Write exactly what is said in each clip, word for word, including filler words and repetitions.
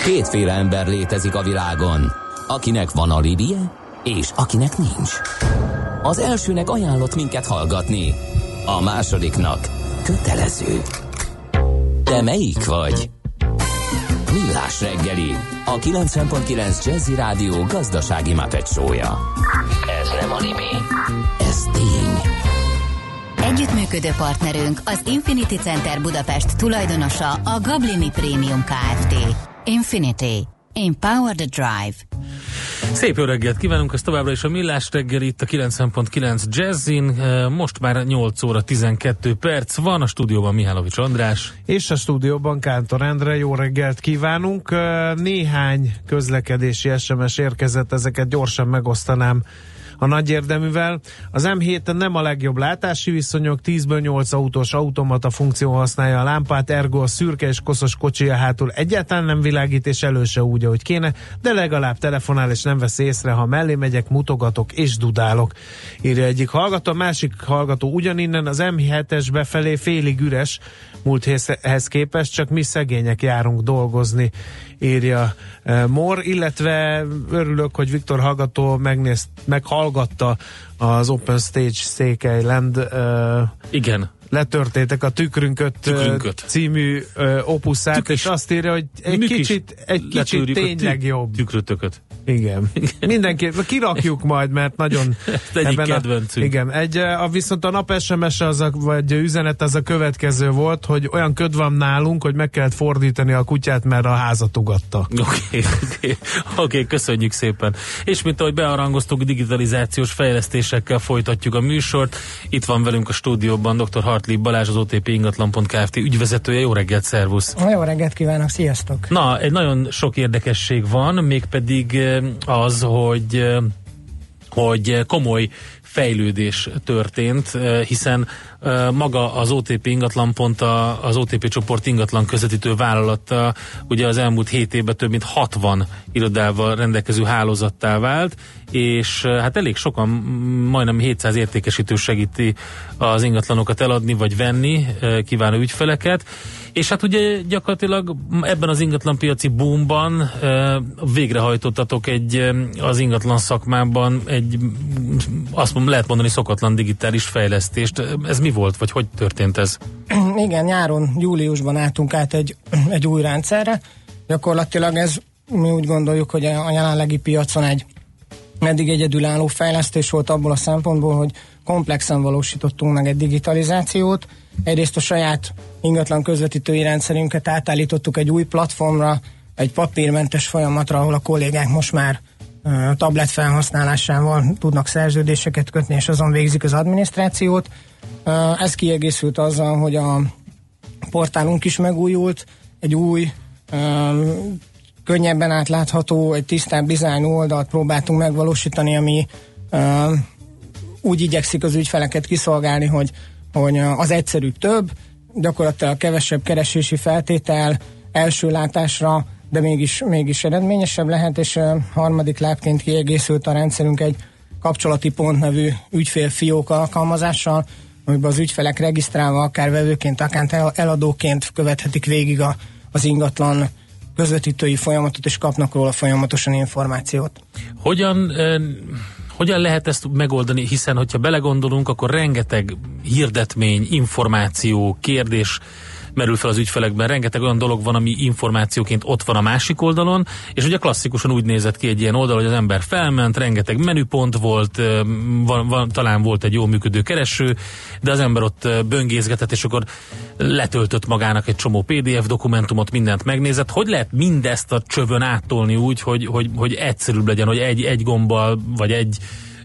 Kétféle ember létezik a világon, akinek van alibije, és akinek nincs. Az elsőnek ajánlott minket hallgatni, a másodiknak kötelező. Te melyik vagy? Millás reggeli, a kilencven pont kilenc Jazzy Rádió gazdasági Muppet show-ja. Ez nem anime, ez tény. Együttműködő partnerünk az Infinity Center Budapest tulajdonosa a Gablini Premium Kft. Infinity. Empower the Drive. Szép jó reggelt kívánunk, ez továbbra is a Millás reggeli itt a kilencven pont kilenc Jazzin. Most már nyolc óra tizenkét perc van, a stúdióban Mihálovics András. És a stúdióban Kántor Endre, jó reggelt kívánunk. Néhány közlekedési es em es érkezett, ezeket gyorsan megosztanám a nagy érdeművel. Az em héten nem a legjobb látási viszonyok, tízből nyolc autós automata funkció használja a lámpát, ergo a szürke és koszos kocsia hátul egyáltalán nem világít, és elő se úgy, ahogy kéne, de legalább telefonál és nem vesz észre, ha mellé megyek, mutogatok és dudálok. Írja egyik hallgató, a másik hallgató ugyaninnen, az em hetes befelé félig üres múlthez képest, csak mi szegények járunk dolgozni, írja uh, Mor, illetve örülök, hogy Viktor hallgató megnéz, meghallgatta az Open Stage Székelyland uh, igen. letörtétek a Tükrünköt, Tükrünköt. című uh, opuszát, Tükis. És azt írja, hogy egy Mük kicsit, egy kicsit tényleg tü- jobb. Tükrötököt. Igen. Mindenképp kirakjuk majd, mert nagyon egyik kedvencünk. Igen. Egy, a, viszont a nap es em es az a, vagy üzenet az a következő volt, hogy olyan köd van nálunk, hogy meg kellett fordítani a kutyát, mert a házat ugatta. Oké, okay, okay. okay, köszönjük szépen. És mint ahogy bearangoztuk, digitalizációs fejlesztésekkel folytatjuk a műsort. Itt van velünk a stúdióban dr. Hartli Balázs, az o té pé ingatlan pont Kft. Ügyvezetője. Jó reggelt, szervusz! Jó reggelt kívánok, sziasztok! Na, egy nagyon sok érdekesség van, mégpedig az, hogy, hogy komoly fejlődés történt, hiszen maga az o té pé ingatlan pont az o té pé csoport ingatlan közvetítő vállalata ugye az elmúlt hét évben több mint hatvan irodával rendelkező hálózattá vált, és hát elég sokan, majdnem hétszáz értékesítő segíti az ingatlanokat eladni vagy venni kívánó ügyfeleket, és hát ugye gyakorlatilag ebben az ingatlanpiaci boomban végrehajtottatok egy az ingatlan szakmában egy, azt mondom, lehet mondani szokatlan digitális fejlesztést. Ez mi volt, vagy hogy történt ez? Igen, nyáron, júliusban álltunk át egy, egy új rendszerre. Gyakorlatilag ez, mi úgy gondoljuk, hogy a jelenlegi piacon egy eddig egyedülálló fejlesztés volt abból a szempontból, hogy komplexen valósítottunk meg egy digitalizációt. Egyrészt a saját ingatlan közvetítői rendszerünket átállítottuk egy új platformra, egy papírmentes folyamatra, ahol a kollégák most már uh, tablet felhasználásával tudnak szerződéseket kötni, és azon végzik az adminisztrációt. Uh, ez kiegészült azzal, hogy a portálunk is megújult, egy új, um, könnyebben átlátható, egy tisztább dizájnú oldalt próbáltunk megvalósítani, ami uh, úgy igyekszik az ügyfeleket kiszolgálni, hogy, hogy az egyszerű több, gyakorlatilag kevesebb keresési feltétel első látásra, de mégis, mégis eredményesebb lehet, és uh, harmadik lábként kiegészült a rendszerünk egy kapcsolati pont nevű ügyfélfiók alkalmazással, amiben az ügyfelek regisztrálva, akár vevőként, akár eladóként követhetik végig a, az ingatlan közvetítői folyamatot, és kapnak róla folyamatosan információt. Hogyan, eh, hogyan lehet ezt megoldani, hiszen hogyha belegondolunk, akkor rengeteg hirdetmény, információ, kérdés merül fel az ügyfelekben, rengeteg olyan dolog van, ami információként ott van a másik oldalon, és ugye klasszikusan úgy nézett ki egy ilyen oldal, hogy az ember felment, rengeteg menüpont volt, van, van, talán volt egy jól működő kereső, de az ember ott böngészgetett, és akkor letöltött magának egy csomó pé dé ef dokumentumot, mindent megnézett. Hogy lehet mindezt a csövön áttolni úgy, hogy, hogy, hogy egyszerűbb legyen, hogy egy, egy gombbal, vagy egy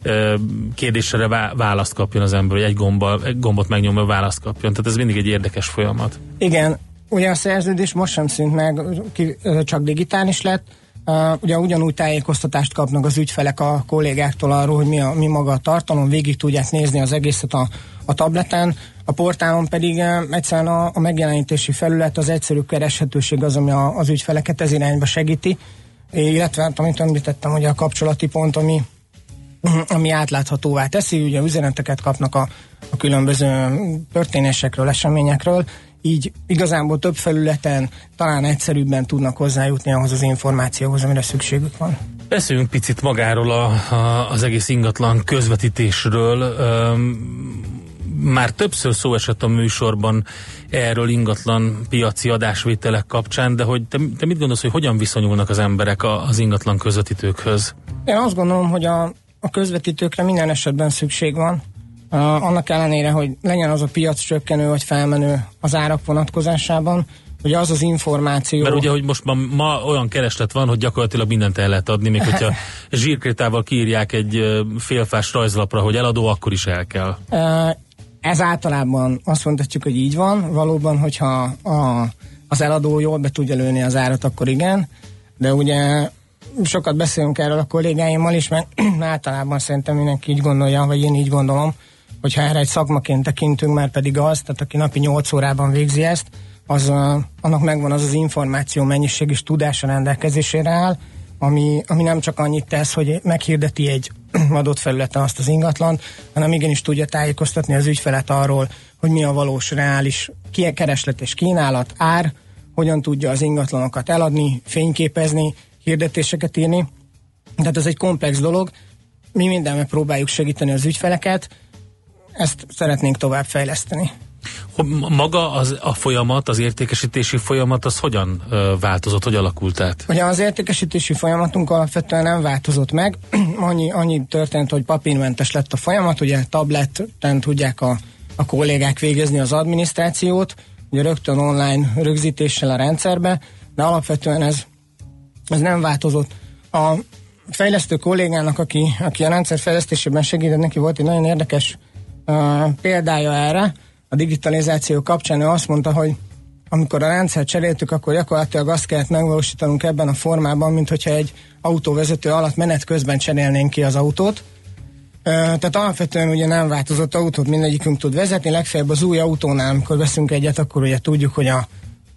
kérdésre választ kapjon az ember, vagy egy, gombbal, egy gombot megnyomva választ kapjon. Tehát ez mindig egy érdekes folyamat. Igen, ugye a szerződés most sem szűnt meg, csak digitális lett. Uh, ugye ugyanúgy tájékoztatást kapnak az ügyfelek a kollégáktól arról, hogy mi, a, mi maga a tartalom, végig tudják nézni az egészet a, a tableten. A portálon pedig uh, egyszerűen a, a megjelenítési felület, az egyszerű kereshetőség az, ami a, az ügyfeleket ez irányba segíti. Illetve, amit említettem, hogy a kapcsolati pont, ami ami átláthatóvá teszi, ugye üzeneteket kapnak a, a különböző történésekről, eseményekről, így igazából több felületen talán egyszerűbben tudnak hozzájutni ahhoz az információhoz, amire szükségük van. Beszéljünk picit magáról a, a, az egész ingatlan közvetítésről. Üm, már többször szó esett a műsorban erről ingatlan piaci adásvételek kapcsán, de hogy te, te mit gondolsz, hogy hogyan viszonyulnak az emberek a, az ingatlan közvetítőkhöz? Én azt gondolom, hogy a, a közvetítőkre minden esetben szükség van. Uh, annak ellenére, hogy legyen az a piac csökkenő vagy felmenő az árak vonatkozásában, hogy az az információ... Mert ugye, hogy most ma, ma olyan kereslet van, hogy gyakorlatilag mindent el lehet adni, még hogyha zsírkrétával kiírják egy félfás rajzlapra, hogy eladó, akkor is el kell. Uh, ez általában azt mondhatjuk, hogy így van. Valóban, hogyha a, az eladó jól be tudja lőni az árat, akkor igen. De ugye sokat beszélünk erről a kollégáimmal is, mert általában szerintem mindenki így gondolja, vagy én így gondolom, hogyha erre egy szakmaként tekintünk, már pedig az, tehát aki napi nyolc órában végzi ezt, az, uh, annak megvan az az információ mennyiség és tudása rendelkezésére áll, ami, ami nem csak annyit tesz, hogy meghirdeti egy adott felületen azt az ingatlant, hanem igenis tudja tájékoztatni az ügyfelet arról, hogy mi a valós, reális kereslet és kínálat, ár, hogyan tudja az ingatlanokat eladni, fényképezni, hirdetéseket írni. Tehát ez egy komplex dolog. Mi mindenben próbáljuk segíteni az ügyfeleket, ezt szeretnénk tovább fejleszteni. Maga az, a folyamat, az értékesítési folyamat, az hogyan ö, változott, hogy alakult át? Ugye az értékesítési folyamatunk alapvetően nem változott meg. Annyi, annyi történt, hogy papírmentes lett a folyamat, ugye tableten tudják a, a kollégák végezni az adminisztrációt, ugye rögtön online rögzítéssel a rendszerbe, de alapvetően ez, ez nem változott. A fejlesztő kollégának, aki, aki a rendszer fejlesztésében segített, neki volt egy nagyon érdekes uh, példája erre, a digitalizáció kapcsán. Ő azt mondta, hogy amikor a rendszert cseréltük, akkor gyakorlatilag azt kellett megvalósítanunk ebben a formában, mint hogyha egy autóvezető alatt menet közben cserélnénk ki az autót. Tehát alapvetően ugye nem változott autót, mindegyikünk tud vezetni, legfeljebb az új autónál, amikor veszünk egyet, akkor ugye tudjuk, hogy a,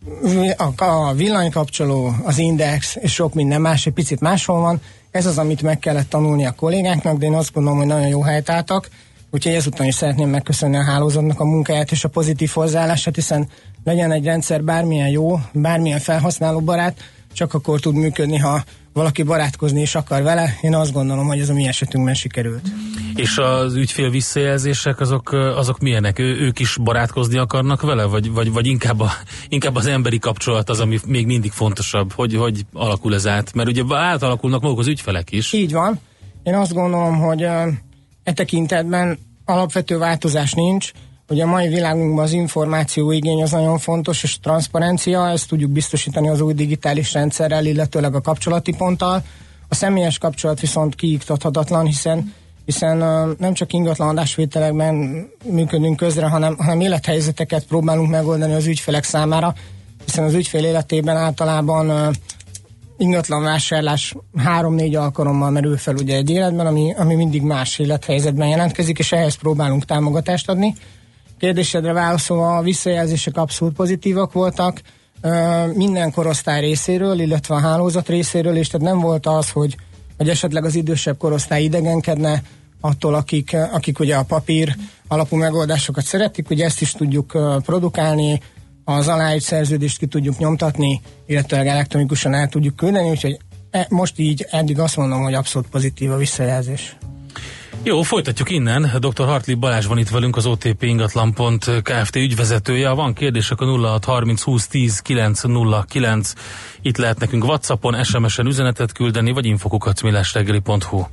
a, a villanykapcsoló, az index és sok minden más egy picit máshol van. Ez az, amit meg kellett tanulni a kollégáknak, de én azt gondolom, hogy nagyon jó helyt álltak. Úgyhogy ezután is szeretném megköszönni a hálózatnak a munkáját és a pozitív hozzáállását, hiszen legyen egy rendszer bármilyen jó, bármilyen felhasználóbarát, csak akkor tud működni, ha valaki barátkozni is akar vele. Én azt gondolom, hogy ez a mi esetünkben sikerült. És az ügyfél visszajelzések, azok, azok milyenek? Ő, ők is barátkozni akarnak vele? Vagy, vagy, vagy inkább, a, inkább az emberi kapcsolat az, ami még mindig fontosabb? Hogy, hogy alakul ez át? Mert ugye átalakulnak maguk az ügyfelek is. Így van. Én azt gondolom, hogy e tekintetben alapvető változás nincs. Ugye a mai világunkban az információigény az nagyon fontos, és transzparencia, ezt tudjuk biztosítani az új digitális rendszerrel, illetőleg a kapcsolati ponttal. A személyes kapcsolat viszont kiiktathatatlan, hiszen, hiszen nem csak ingatlan adásvételekben működünk közre, hanem, hanem élethelyzeteket próbálunk megoldani az ügyfelek számára, hiszen az ügyfél életében általában ingatlan vásárlás három-négy alkalommal merül fel ugye egy életben, ami, ami mindig más élethelyzetben jelentkezik, és ehhez próbálunk támogatást adni. Kérdésedre válaszolva, a visszajelzések abszolút pozitívak voltak, minden korosztály részéről, illetve a hálózat részéről, és tehát nem volt az, hogy, hogy esetleg az idősebb korosztály idegenkedne attól, akik, akik ugye a papír alapú megoldásokat szeretik, ugye ezt is tudjuk produkálni, az aláírt szerződést ki tudjuk nyomtatni, illetve elektronikusan el tudjuk küldeni, úgyhogy most így eddig azt mondom, hogy abszolút pozitív a visszajelzés. Jó, folytatjuk innen. doktor Hartli Balázs van itt velünk, az o té pé ingatlan pont Kft. Ügyvezetője. Ha van kérdések, a nulla hat harminc húsz tíz kilenc nulla kilenc. Itt lehet nekünk WhatsAppon, es em es-en üzenetet küldeni, vagy infokukat millásreggeli pont hu.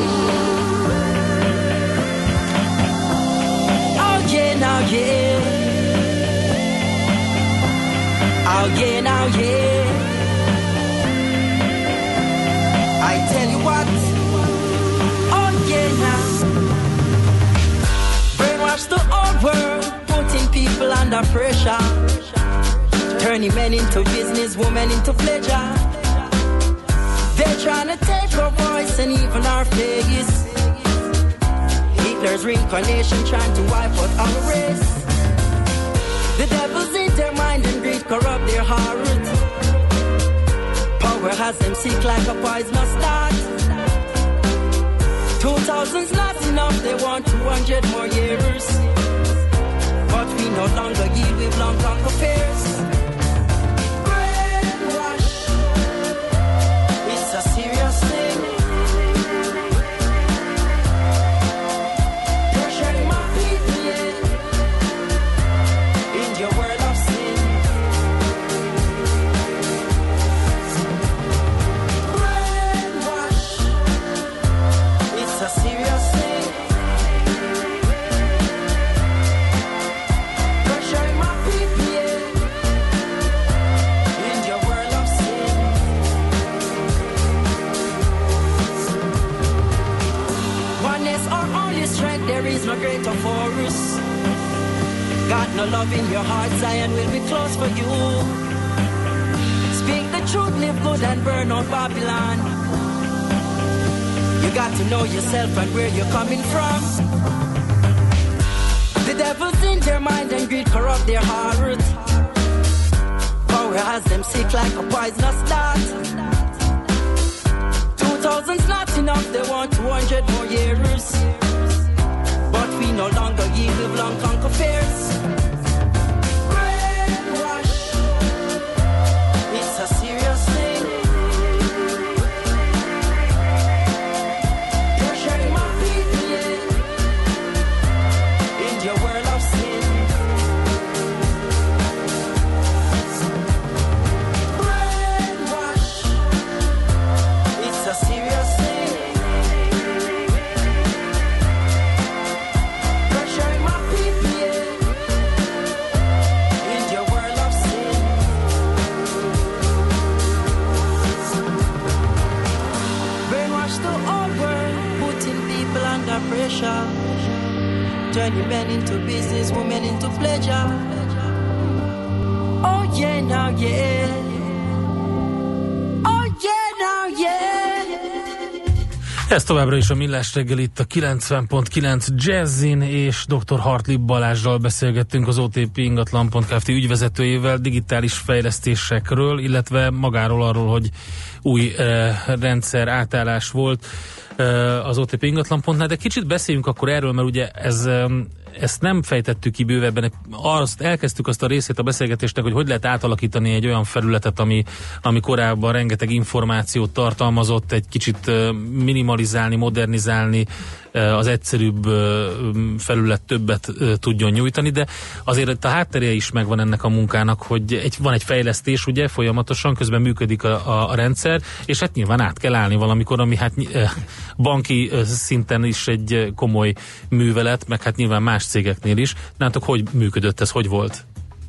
Oh yeah, now yeah. I tell you what. Oh yeah, now. Brainwash the old world, putting people under pressure, turning men into business, women into pleasure. They're trying to take our voice and even our face. Hitler's reincarnation trying to wipe out our race. The devil's in their mind and greed corrupt their heart. Power has them sick like a poisonous dart. Two thousand's not enough, they want two hundred more years. But we no longer yield with long conquer fears. Brainwash, it's a serious thing. Pressuring my people, yeah, in your world of sin. Brainwash, it's a serious thing. There is no greater for us. Got no love in your heart, Zion will be close for you. Speak the truth, live good and burn out Babylon. You got to know yourself and where you're coming from. The devil's in their mind and greed corrupt their heart. Power has them sick like a poisonous dart. Two thousand's not enough, they want two hundred more years. But we no longer yield with long conquer fears. Brainwash, it's a serious thing. Pressuring my people, yeah, in your world of sin. Brainwash, it's a serious thing. Pressure, turning men into business, women into pleasure. Oh yeah, now yeah. Oh yeah, now yeah. Ez továbbra is a Millás reggel itt a kilencven pont kilenc Jazzin, és doktor Hartli Balázsral beszélgettünk, az o té pé ingatlan pont kft. Ügyvezetőjével digitális fejlesztésekről, illetve magáról arról, hogy új eh, rendszer átállás volt az o té pé ingatlan.nál, de kicsit beszéljünk akkor erről, mert ugye ez, ezt nem fejtettük ki bővebben, azt elkezdtük azt a részét a beszélgetésnek, hogy hogy lehet átalakítani egy olyan felületet, ami, ami korábban rengeteg információt tartalmazott, egy kicsit minimalizálni, modernizálni, az egyszerűbb felület többet tudjon nyújtani, de azért a háttere is megvan ennek a munkának, hogy egy, van egy fejlesztés, ugye, folyamatosan, közben működik a, a, a rendszer, és hát nyilván át kell állni valamikor, ami hát banki szinten is egy komoly művelet, meg hát nyilván más cégeknél is. Nálatok hogy működött ez, hogy volt?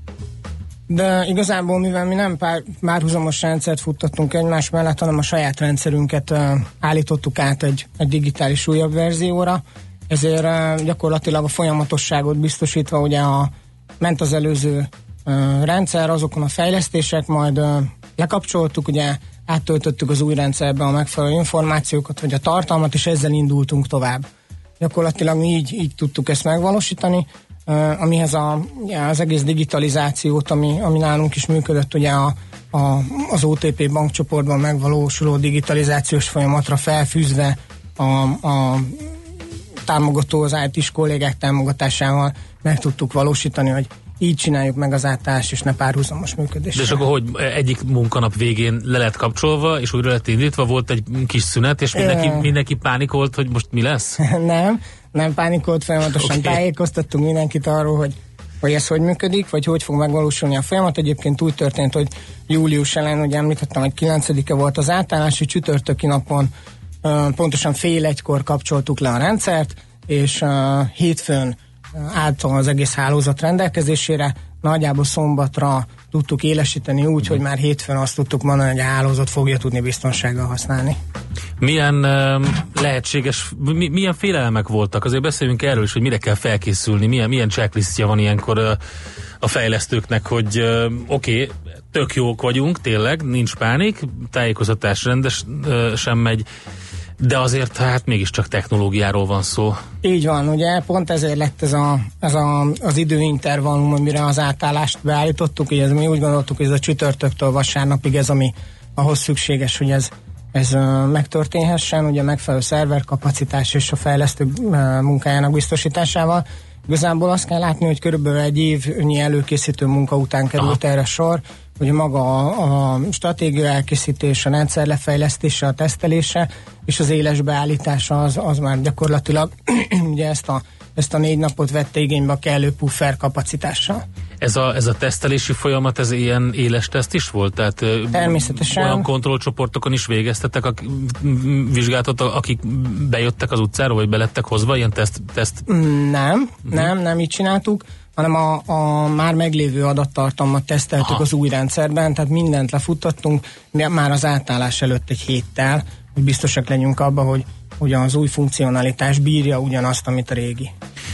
De igazából, mivel mi nem pár, párhuzamos rendszert futtattunk egymás mellett, hanem a saját rendszerünket uh, állítottuk át egy, egy digitális újabb verzióra, ezért uh, gyakorlatilag a folyamatosságot biztosítva ugye a, ment az előző uh, rendszer, azokon a fejlesztések, majd uh, lekapcsoltuk, ugye áttöltöttük az új rendszerbe a megfelelő információkat, vagy a tartalmat, és ezzel indultunk tovább. Gyakorlatilag mi így, így tudtuk ezt megvalósítani, uh, amihez a, ja, az egész digitalizációt, ami, ami nálunk is működött, ugye a, a, az o té pé bankcsoportban megvalósuló digitalizációs folyamatra felfűzve a, a támogató, az í té-s kollégák támogatásával meg tudtuk valósítani, hogy így csináljuk meg az átállást, és ne párhuzamos működés. De és akkor hogy egyik munkanap végén le lett kapcsolva, és újra lett indítva, volt egy kis szünet, és mindenki, mindenki pánikolt, hogy most mi lesz? nem, nem pánikolt, folyamatosan okay. Tájékoztattunk mindenkit arról, hogy, hogy ez hogy működik, vagy hogy fog megvalósulni a folyamat. Egyébként úgy történt, hogy július elején, ugye említettem, hogy kilencedike volt az átállási, csütörtöki napon pontosan fél egykor kapcsoltuk le a rendszert, és hétfőn állt az egész hálózat rendelkezésére, nagyjából szombatra tudtuk élesíteni úgy, hogy már hétfőn azt tudtuk mondani, hogy a hálózat fogja tudni biztonsággal használni. Milyen uh, lehetséges, mi, milyen félelmek voltak? Azért beszéljünk erről is, hogy mire kell felkészülni, milyen, milyen checklistja van ilyenkor uh, a fejlesztőknek, hogy uh, oké, okay, tök jók vagyunk, tényleg, nincs pánik, tájékoztatás rendesen megy, de azért hát mégiscsak technológiáról van szó. Így van, ugye pont ezért lett ez, a, ez a, az időintervallum, amire az átállást beállítottuk, ugye ez, mi úgy gondoltuk, hogy ez a csütörtöktől vasárnapig ez, ami ahhoz szükséges, hogy ez ez megtörténhessen, ugye megfelelő szerverkapacitás és a fejlesztő munkájának biztosításával. Igazából azt kell látni, hogy körülbelül egy évnyi előkészítő munka után került Aha. erre sor, hogy maga a, a stratégia elkészítése, a rendszer lefejlesztése, a tesztelése és az éles beállítása az, az már gyakorlatilag ugye ezt a, ezt a négy napot vette igénybe a kellő puffer kapacitással. Ez a, ez a tesztelési folyamat, ez ilyen éles teszt is volt? Tehát természetesen. Olyan kontrollcsoportokon is végeztettek, akik vizsgáltat, akik bejöttek az utcáról, vagy belettek hozva ilyen teszt? teszt? Nem, uh-huh. nem, nem így csináltuk, hanem a, a már meglévő adattartalmat teszteltük Aha. az új rendszerben, tehát mindent lefuttattunk, már az átállás előtt egy héttel, hogy biztosak legyünk abban, hogy ugye az új funkcionalitás bírja ugyanazt, amit a régi.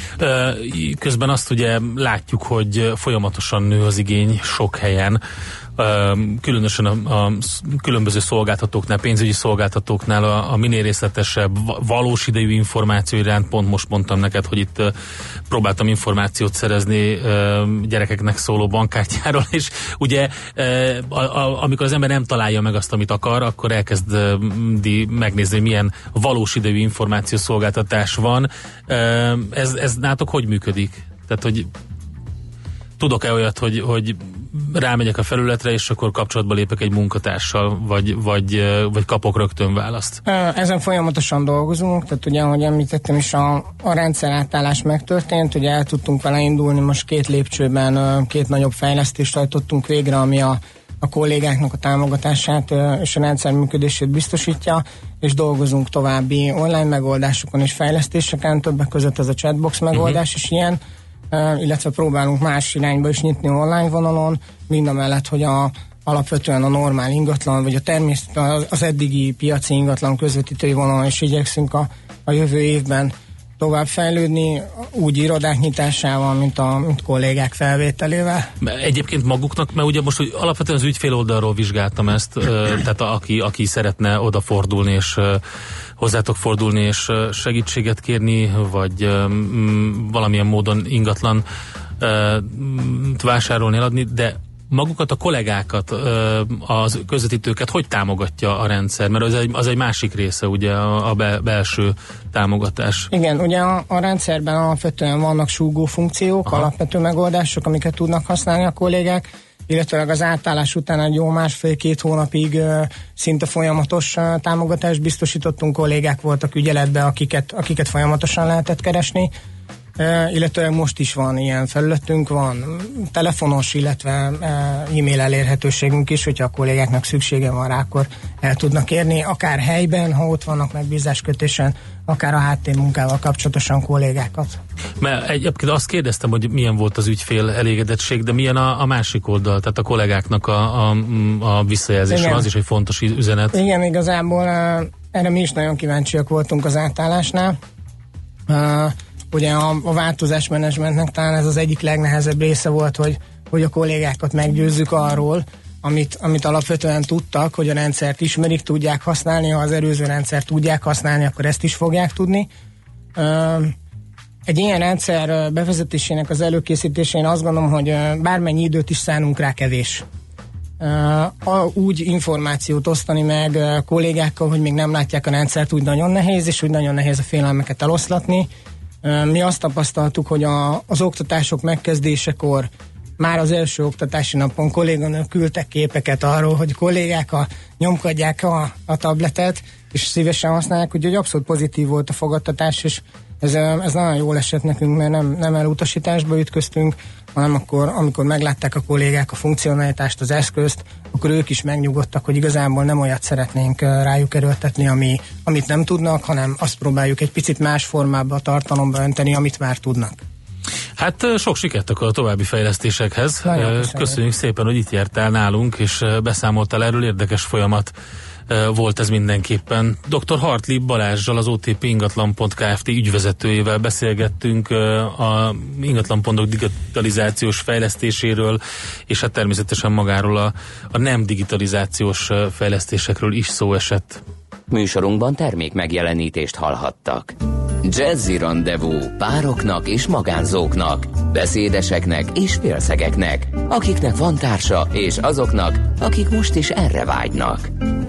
Közben azt ugye látjuk, hogy folyamatosan nő az igény sok helyen, különösen a, a különböző szolgáltatóknál, pénzügyi szolgáltatóknál a, a minél részletesebb, valós idejű információ iránt. Pont most mondtam neked, hogy itt próbáltam információt szerezni gyerekeknek szóló bankkártyáról, és ugye a, a, amikor az ember nem találja meg azt, amit akar, akkor elkezdi megnézni, hogy milyen valós idejű információszolgáltatás van. Ez, ez nátok hogy működik? Tehát, hogy tudok-e olyat, hogy, hogy rámegyek a felületre, és akkor kapcsolatba lépek egy munkatársal, vagy, vagy, vagy kapok rögtön választ? Ezen folyamatosan dolgozunk, tehát ugye, ahogy említettem is, a, a rendszer átállás megtörtént, ugye el tudtunk vele indulni, most két lépcsőben két nagyobb fejlesztést hajtottunk végre, ami a, a kollégáknak a támogatását és a rendszer működését biztosítja, és dolgozunk további online megoldásokon és fejlesztéseken, többek között ez a chatbox megoldás uh-huh. is ilyen, Uh, illetve próbálunk más irányba is nyitni online vonalon, mindamellett, hogy a, alapvetően a normál ingatlan, vagy a természet, az eddigi piaci ingatlan közvetítői vonalon is igyekszünk a, a jövő évben tovább fejlődni, úgy irodák nyitásával, mint a mint kollégák felvételével. Egyébként maguknak, mert ugye most hogy alapvetően az ügyfél oldalról vizsgáltam ezt, tehát a, aki, aki szeretne odafordulni, és hozzátok fordulni, és segítséget kérni, vagy um, valamilyen módon ingatlan uh, vásárolni, eladni, de magukat a kollégákat, az közvetítőket hogy támogatja a rendszer? Mert az egy, az egy másik része, ugye, a belső támogatás. Igen, ugye a, a rendszerben alapvetően vannak súgó funkciók, Aha. alapvető megoldások, amiket tudnak használni a kollégák, illetve az átállás után egy jó másfél-két hónapig uh, szinte folyamatos uh, támogatást biztosítottunk, kollégák voltak ügyeletben, akiket, akiket folyamatosan lehetett keresni. Uh, illetve most is van ilyen felületünk, van telefonos, illetve uh, e-mail elérhetőségünk is, hogyha a kollégáknak szüksége van rá, akkor el tudnak érni, akár helyben, ha ott vannak megbízáskötésen, akár a háttérmunkával kapcsolatosan kollégákat. Mert egyébként azt kérdeztem, hogy milyen volt az ügyfél elégedettség, de milyen a, a másik oldal, tehát a kollégáknak a, a, a visszajelzés, az is egy fontos üzenet. Igen, igazából uh, erre mi is nagyon kíváncsiak voltunk az átállásnál. Uh, Ugye a, a változásmenedzsmentnek talán ez az egyik legnehezebb része volt, hogy, hogy a kollégákat meggyőzzük arról, amit, amit alapvetően tudtak, hogy a rendszert ismerik, tudják használni, ha az előző rendszert tudják használni, akkor ezt is fogják tudni. Egy ilyen rendszer bevezetésének az előkészítésén azt gondolom, hogy bármennyi időt is szánunk rá, kevés. Úgy információt osztani meg kollégákkal, hogy még nem látják a rendszert, úgy nagyon nehéz, és úgy nagyon nehéz a félelmeket eloszlatni. Mi azt tapasztaltuk, hogy a, az oktatások megkezdésekor már az első oktatási napon kolléganők küldtek képeket arról, hogy kollégák a, nyomkodják a, a tabletet, és szívesen használják, úgyhogy abszolút pozitív volt a fogadtatás, és ez, ez nagyon jól esett nekünk, mert nem, nem elutasításba ütköztünk, hanem akkor, amikor meglátták a kollégák a funkcionalitást, az eszközt, akkor ők is megnyugodtak, hogy igazából nem olyat szeretnénk rájuk erőltetni, ami, amit nem tudnak, hanem azt próbáljuk egy picit más formába, a tartalomba önteni, amit már tudnak. Hát sok sikert akkor a további fejlesztésekhez. Köszönjük szépen, hogy itt jártál nálunk, és beszámoltál erről, érdekes folyamat volt ez mindenképpen. doktor Hartli Balázsral, az o té pé ingatlan pont kft. Ügyvezetőjével beszélgettünk a ingatlanpontok digitalizációs fejlesztéséről, és hát természetesen magáról a, a nem digitalizációs fejlesztésekről is szó esett. Műsorunkban termék megjelenítést hallhattak. Jazzy Rendezvú pároknak és magánzóknak, beszédeseknek és félszegeknek, akiknek van társa, és azoknak, akik most is erre vágynak.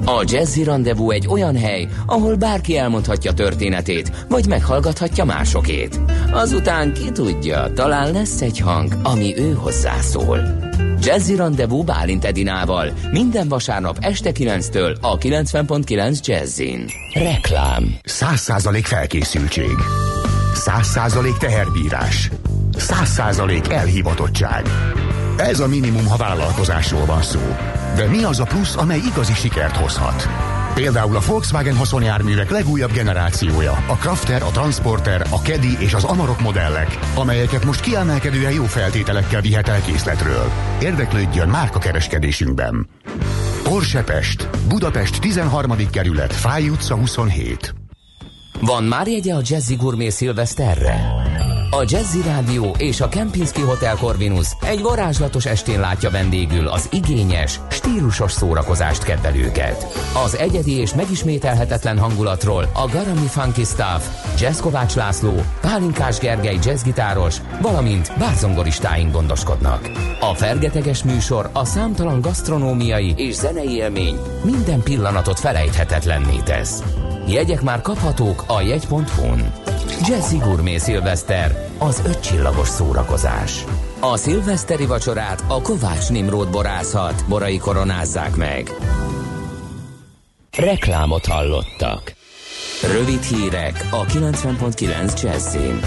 A Jazzy Rendezvous egy olyan hely, ahol bárki elmondhatja történetét, vagy meghallgathatja másokét. Azután ki tudja, talán lesz egy hang, ami ő hozzászól. Jazzy Rendezvous Bálint Edinával minden vasárnap este kilenctől a kilencven pont kilenc Jazzin. Reklám. Száz százalék felkészültség. Száz százalék teherbírás. Száz százalék elhivatottság. Ez a minimum, ha vállalkozásról van szó. De mi az a plusz, amely igazi sikert hozhat? Például a Volkswagen haszonjárművek legújabb generációja, a Crafter, a Transporter, a Caddy és az Amarok modellek, amelyeket most kiemelkedően jó feltételekkel vihet el készletről. Érdeklődjön márkakereskedésünkben. Porsche Pest, Budapest tizenharmadik kerület, Fáy utca huszonhét. Van már jegye a Jazzy Gourmet Szilveszterre? A Jazzy Rádió és a Kempinski Hotel Corvinus egy varázslatos estén látja vendégül az igényes, stílusos szórakozást kedvelőket. Az egyedi és megismételhetetlen hangulatról a Garami Funky Staff, Jazz Kovács László, Pálinkás Gergely jazzgitáros, valamint bárzongoristáink gondoskodnak. A fergeteges műsor a számtalan gasztronómiai és zenei élmény minden pillanatot felejthetetlenné tesz. Jegyek már kaphatók a jegy pont hu-n. Jazzy Gourmet Szilveszter, az ötcsillagos szórakozás. A szilveszteri vacsorát a Kovács Nimród borászat borai koronázzák meg. Reklámot hallottak. Rövid hírek a kilencven pont kilenc Jazzin.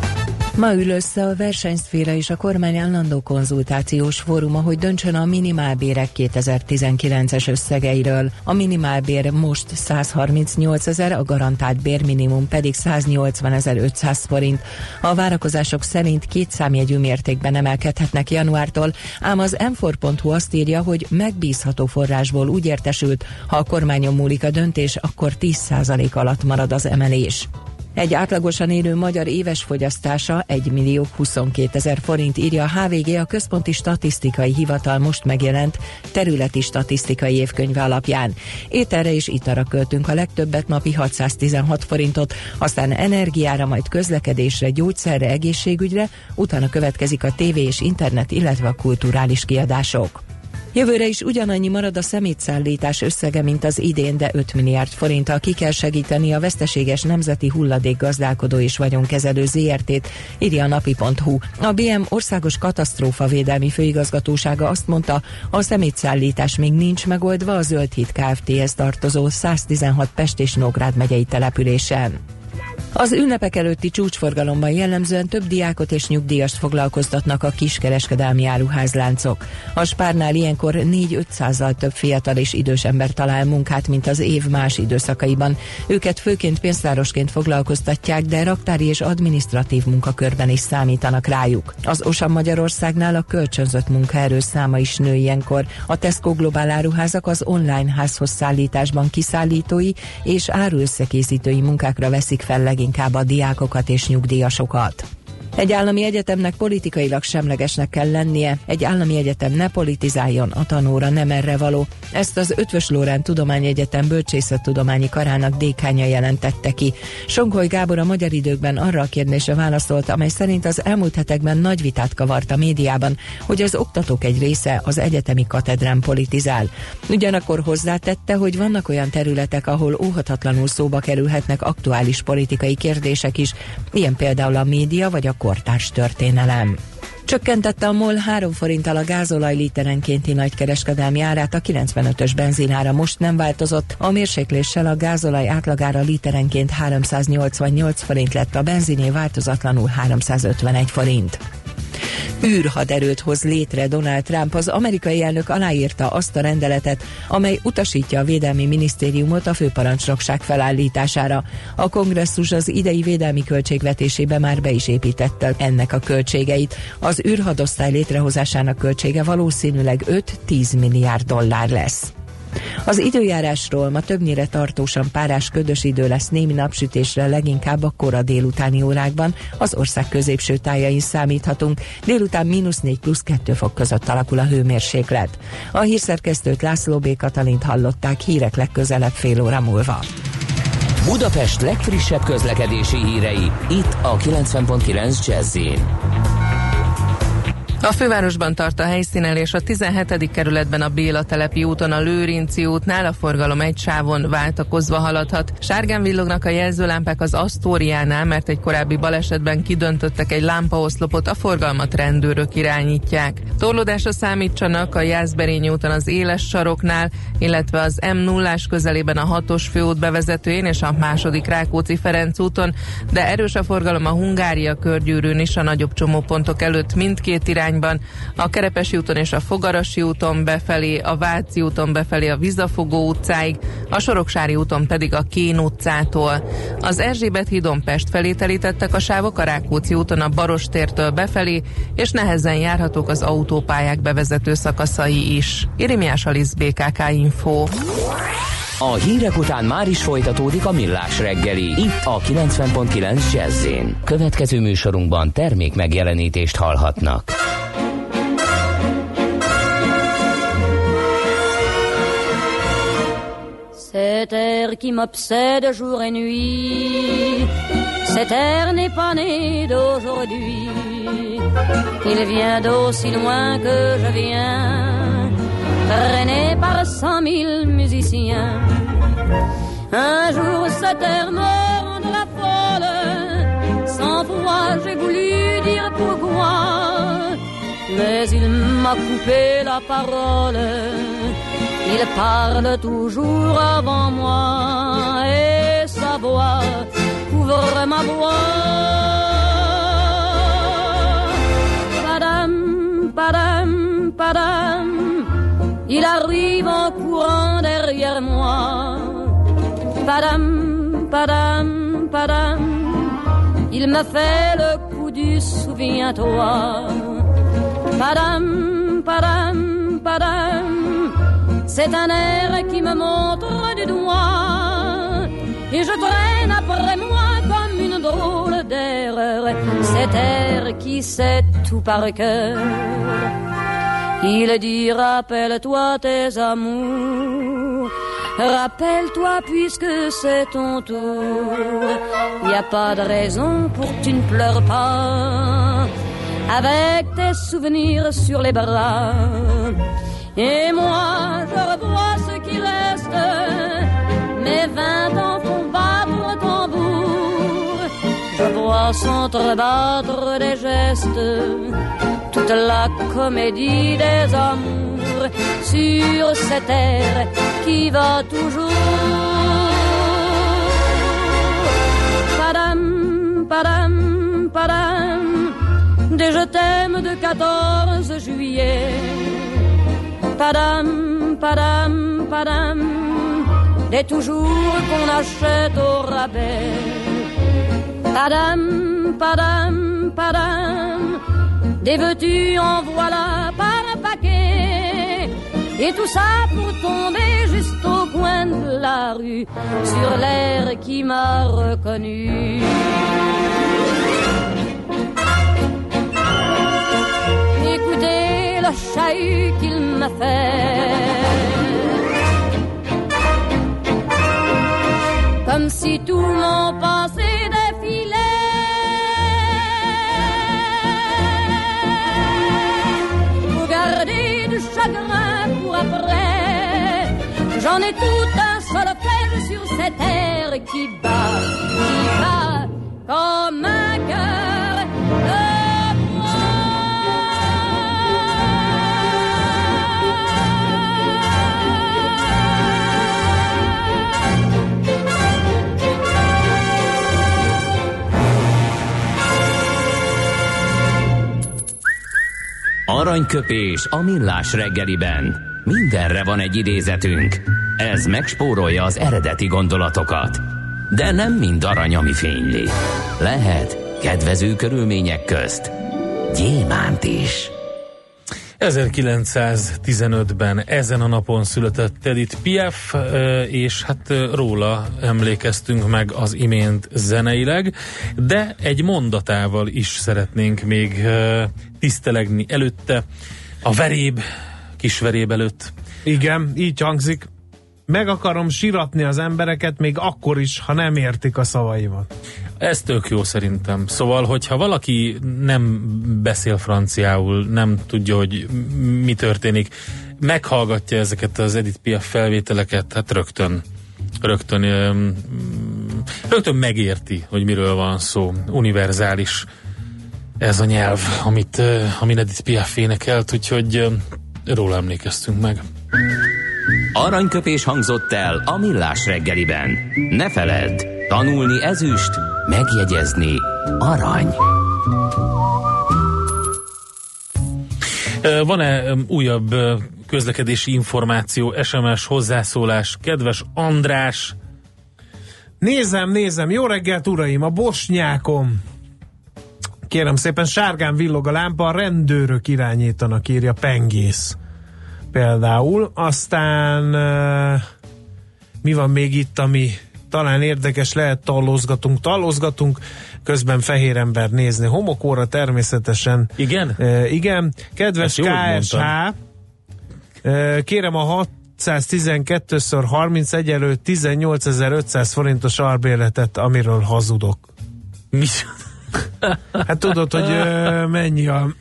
Ma ül össze a versenyszféra és a kormány állandó konzultációs fóruma, hogy döntsön a minimálbérek kétezer-tizenkilences összegeiről. A minimálbér most száz harmincnyolc ezer, a garantált bérminimum pedig száznyolcvan ezer ötszáz forint. A várakozások szerint két számjegyű mértékben emelkedhetnek januártól, ám az em négy pont hu azt írja, hogy megbízható forrásból úgy értesült, ha a kormányon múlik a döntés, akkor tíz százalék alatt marad az emelés. Egy átlagosan élő magyar éves fogyasztása egy millió huszonkétezer forint, írja a há vé gé, a Központi Statisztikai Hivatal most megjelent területi statisztikai évkönyve alapján. Ételre és italra költünk a legtöbbet, napi hatszáztizenhat forintot, aztán energiára, majd közlekedésre, gyógyszerre, egészségügyre, utána következik a tévé és internet, illetve a kulturális kiadások. Jövőre is ugyanannyi marad a szemétszállítás összege, mint az idén, de öt milliárd forinttal ki kell segíteni a veszteséges Nemzeti Hulladékgazdálkodó és Vagyonkezelő zé er té-t, írja a napi pont hu. A bé em Országos Katasztrófavédelmi Főigazgatósága azt mondta, a szemétszállítás még nincs megoldva a Zöldhíd Kft-hez tartozó száztizenhat Pest és Nógrád megyei településen. Az ünnepek előtti csúcsforgalomban jellemzően több diákot és nyugdíjast foglalkoztatnak a kiskereskedelmi áruházláncok. A Spárnál ilyenkor négy-ötszázzal több fiatal és idős ember talál munkát, mint az év más időszakaiban. Őket főként pénztárosként foglalkoztatják, de raktári és adminisztratív munkakörben is számítanak rájuk. Az Osam Magyarországnál a kölcsönzött munkaerő száma is nő ilyenkor. A Tesco Globál áruházak az online házhoz szállításban kiszállítói és áruösszekészítői munkákra veszik fel inkább a diákokat és nyugdíjasokat. Egy állami egyetemnek politikailag semlegesnek kell lennie, egy állami egyetem ne politizáljon, a tanóra nem erre való. Ezt az Eötvös Loránd Tudományegyetem bölcsészettudományi karának dékánya jelentette ki. Sonkoly Gábor a Magyar Időkben arra a kérdésre válaszolt, amely szerint az elmúlt hetekben nagy vitát kavart a médiában, hogy az oktatók egy része az egyetemi katedrán politizál. Ugyanakkor hozzátette, hogy vannak olyan területek, ahol óhatatlanul szóba kerülhetnek aktuális politikai kérdések is, ilyen például a média vagy a kortárs történelem. Csökkentette a MOL három forinttal a gázolaj literenkénti nagykereskedelmi árát, a kilencvenötös benzinára most nem változott, a mérsékléssel a gázolaj átlagára literenként háromszáznyolcvannyolc forint lett, a benziné változatlanul háromszázötvenegy forint. űrhaderőt hoz létre Donald Trump. Az amerikai elnök aláírta azt a rendeletet, amely utasítja a Védelmi Minisztériumot a főparancsnokság felállítására. A kongresszus az idei védelmi költségvetésébe már be is építette ennek a költségeit. Az űrhadosztály létrehozásának költsége valószínűleg öt-tíz milliárd dollár lesz. Az időjárásról: ma többnyire tartósan párás, ködös idő lesz, némi napsütésre leginkább a kora délutáni órákban, az ország középső tájain számíthatunk, délután mínusz négy plusz kettő fok között alakul a hőmérséklet. A hírszerkesztőt, László B. Katalint hallották, hírek legközelebb fél óra múlva. Budapest legfrissebb közlekedési hírei, itt a kilencven pont kilenc Jazz-in. A fővárosban tart a helyszínelés, a tizenhetedik kerületben a Béla telepi úton, a Lőrinci útnál a forgalom egy sávon váltakozva haladhat. Sárgán villognak a jelzőlámpák az Asztóriánál, mert egy korábbi balesetben kidöntöttek egy lámpaoszlopot, a forgalmat rendőrök irányítják. Torlódásra számítsanak a Jászberényi úton az Éles saroknál, illetve az em nullás közelében a hatos főút bevezetőjén és a második Rákóczi-Ferenc úton, de erős a forgalom a Hungária körgyűrűn is a nagyobb csomópontok előtt mindkét irányban, a Kerepesi úton és a Fogarasi úton befelé, a Váci úton befelé a Vizafogó utcáig, a Soroksári úton pedig a Kén utcától. Az Erzsébet hídon Pest felé telítettek a sávok, a Rákóczi úton a Barostértől befelé, és nehezen járhatók az autópályák bevezető szakaszai is. Irimiás Alisz, bé ká ká Info. A hírek után már is folytatódik a Millás reggeli, itt a kilencven pont kilenc Jazz-én. Következő műsorunkban termék megjelenítést hallhatnak. Cet air qui m'obsède jour et nuit, cet air n'est pas né d'aujourd'hui, il vient d'aussi loin que je viens, traîné par cent mille musiciens. Un jour cet air me rendra folle, cent fois j'ai voulu dire pourquoi, mais il m'a coupé la parole. Il parle toujours avant moi et sa voix couvre ma voix. Padam, padam, padam, il arrive en courant derrière moi. Padam, padam, padam, il me fait le coup du souviens-toi. Padam, padam, padam, c'est un air qui me montre du doigt et je traîne après moi comme une drôle d'erreur cet air qui sait tout par cœur. Il dit rappelle-toi tes amours, rappelle-toi puisque c'est ton tour. Y a pas de raison pour que tu ne pleures pas avec tes souvenirs sur les bras. Et moi, je revois ce qui reste, mes vingt ans font battre le tambour. Je vois s'entrebattre des gestes, toute la comédie des amours, sur cette air qui va toujours. Padam, padam, padam, des je t'aime de quatorze juillet. Padam, padam, padam, des toujours qu'on achète au rabais. Padam, padam, padam, des veux-tu en voilà par paquet. Et tout ça pour tomber juste au coin de la rue, sur l'air qui m'a reconnu. Écoutez le chahut qu'il m'a fait, comme si tout mon passé défilait. Pour garder du chagrin pour après, j'en ai tout un solfège sur cette air qui bat, qui bat comme un cœur de Aranyköpés a Millás reggeliben. Mindenre van egy idézetünk. Ez megspórolja az eredeti gondolatokat. De nem mind arany, ami fényli. Lehet kedvező körülmények közt gyémánt is. ezerkilencszáztizenötben ezen a napon született Edith Piaf, és hát róla emlékeztünk meg az imént zeneileg, de egy mondatával is szeretnénk még tisztelegni előtte, a veréb, kis veréb előtt. Igen, így hangzik. meg akarom siratni az embereket, még akkor is, ha nem értik a szavaimat. Ez tök jó szerintem. Szóval, hogyha valaki nem beszél franciául, nem tudja, hogy mi történik, meghallgatja ezeket az Edith Piaf felvételeket, hát rögtön rögtön rögtön megérti, hogy miről van szó. Univerzális ez a nyelv, amit, amin Edith Piaf énekelt, úgyhogy róla emlékeztünk meg. Aranyköpés hangzott el a Millás reggeliben. Ne feledd, tanulni ezüst, megjegyezni arany. Van-e újabb közlekedési információ, es em es hozzászólás? Kedves András! Nézem, nézem, jó reggelt uraim, a Bosnyákom. Kérem szépen, sárgán villog a lámpa, a rendőrök irányítanak, írja Pengész. Például. Aztán uh, mi van még itt, ami talán érdekes lehet, tallózgatunk, tallózgatunk, közben fehér ember nézni homokóra természetesen. Igen? Uh, igen. Kedves ká es há, uh, kérem a hatszáztizenkettő harmincegy előtt tizennyolcezer-ötszáz forintos albérletet, amiről hazudok. Mi? Hát tudod, hogy uh, mennyi a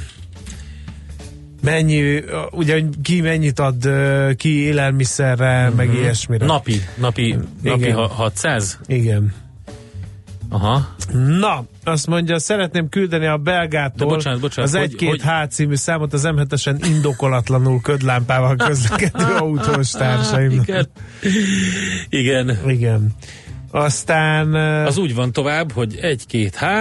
mennyi, ugye ki mennyit ad uh, ki élelmiszerre, uh-huh. meg ilyesmire. Napi, napi, napi hatszáz? Igen. Aha. Na, azt mondja, szeretném küldeni a Belgától bocsánat, bocsánat, az egy két H című számot az em hetesen indokolatlanul ködlámpával közlekedő autós társaim. Igen. Igen. Igen. Aztán... Az úgy van tovább, hogy egy két H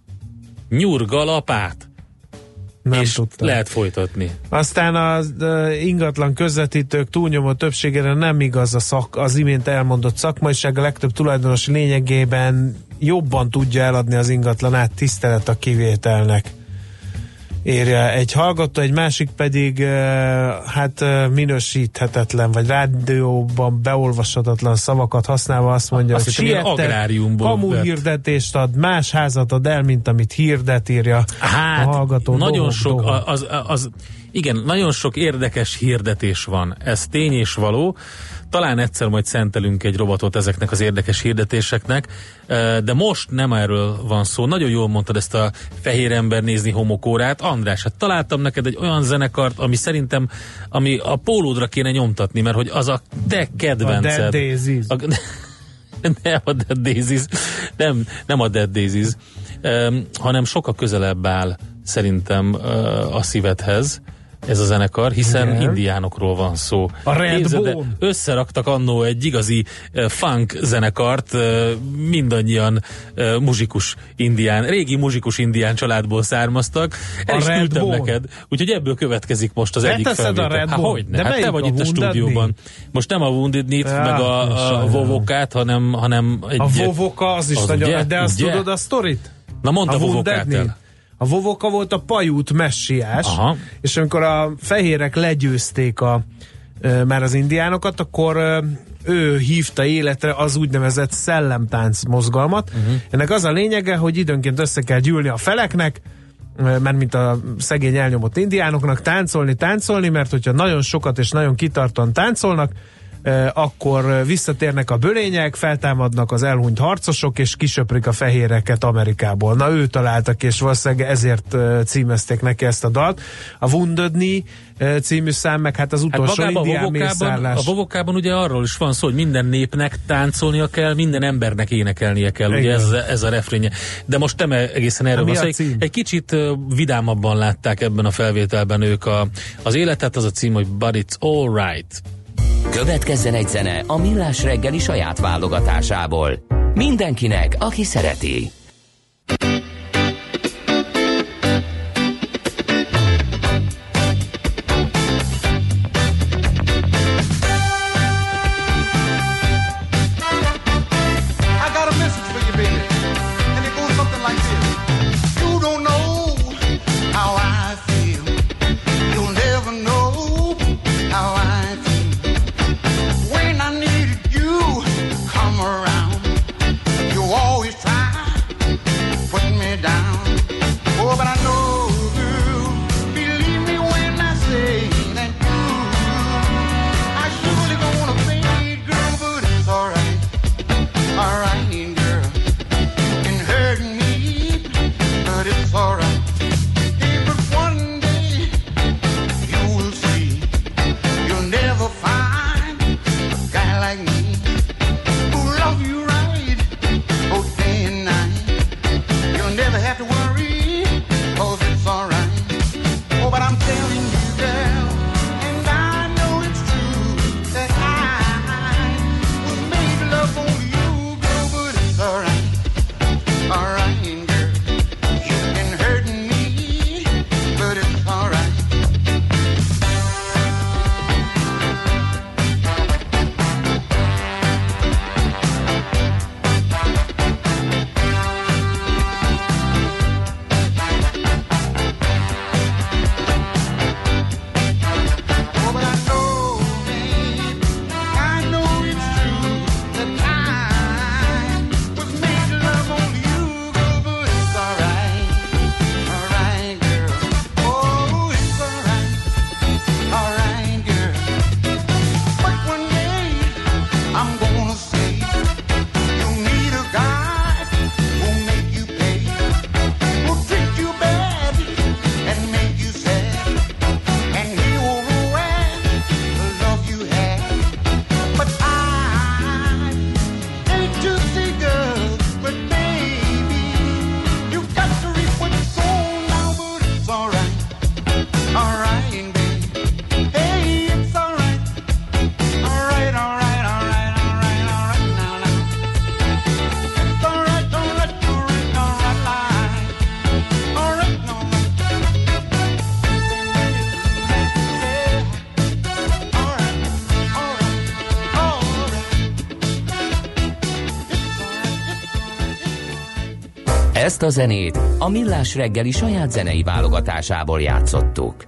nyurgalapát. Nem és tudtam. Lehet folytatni. Aztán az uh, ingatlan közvetítők túlnyomó többségére nem igaz a szak, az imént elmondott szakmaiság, a legtöbb tulajdonos lényegében jobban tudja eladni az ingatlanát, tisztelet a kivételnek. Érje egy hallgató, egy másik pedig uh, hát uh, minősíthetetlen, vagy rádióban beolvashatatlan szavakat használva azt mondja, azt hogy siettek, kamu hirdetést ad, más házat ad el, mint amit hirdet, írja hát, a hallgató. Nagyon dohog, sok, dohog. Az, az, az, igen, nagyon sok érdekes hirdetés van. Ez tény és való. Talán egyszer majd szentelünk egy robotot ezeknek az érdekes hirdetéseknek, de most nem erről van szó. Nagyon jól mondtad ezt a fehér ember nézni homokórát. András, hát találtam neked egy olyan zenekart, ami szerintem, ami a pólódra kéne nyomtatni, mert hogy az a te kedvenced. A Dead Daisies. A, nem a Dead Daisies, nem, nem a Dead Daisies, um, hanem sokkal közelebb áll szerintem uh, a szívedhez ez a zenekar, hiszen igen. indiánokról van szó. A Redbone. Összeraktak annó egy igazi uh, funk zenekart, uh, mindannyian uh, muzsikus indián, régi muzsikus indián családból származtak. El is küldtem neked. Úgyhogy ebből következik most az Te egyik felvétel. Há, hogyne? Hát te vagy a itt a stúdióban. Most nem a Wounded Knee-t, ja, meg a, a Vovokát, hanem, hanem egy... A Vovoka az is az nagyon... Ugye? De azt ugye? Tudod a sztorit? Na mondd a, a Vovokát el. A Vovoka volt a pajút messiás, aha. És amikor a fehérek legyőzték a, e, már az indiánokat, akkor e, ő hívta életre az úgynevezett szellemtánc mozgalmat. Uh-huh. Ennek az a lényege, hogy időnként össze kell gyűlni a feleknek, e, mert mint a szegény elnyomott indiánoknak, táncolni, táncolni, mert hogyha nagyon sokat és nagyon kitartóan táncolnak, akkor visszatérnek a bölények, feltámadnak az elhunyt harcosok, és kisöprik a fehéreket Amerikából. Na, ő találtak, és valószínűleg ezért címezték neki ezt a dalt. A Wounded Knee című szám, meg hát az utolsó hát indián mészállás. A Vovokában ugye arról is van szó, hogy minden népnek táncolnia kell, minden embernek énekelnie kell. Igen. Ugye ez, ez a refrénye. De most nem egészen erről van szó. Egy, egy kicsit vidámabban látták ebben a felvételben ők a, az életet, az a cím, hogy But It's All Right. Következzen egy zene a Millás reggeli saját válogatásából. Mindenkinek, aki szereti. Around, you always try put me Ezt a zenét a Millás reggeli saját zenei válogatásából játszottuk.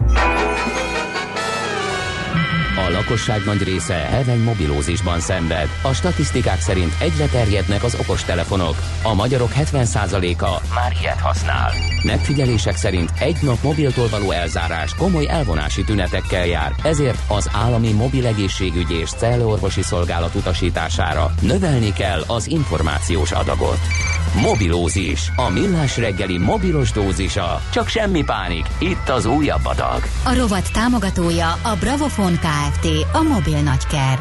A lakosság nagy része heveny mobilózisban szenved. A statisztikák szerint egyre terjednek az okostelefonok. A magyarok hetven százaléka már ilyet használ. Megfigyelések szerint egy nap mobiltól való elzárás komoly elvonási tünetekkel jár, ezért az állami mobil egészségügyi és cellorvosi szolgálat utasítására növelni kell az információs adagot. Mobilózis, a Millás reggeli mobilos dózisa. Csak semmi pánik, itt az újabb adag. A rovat támogatója a Bravofon Kft. A mobil nagyker.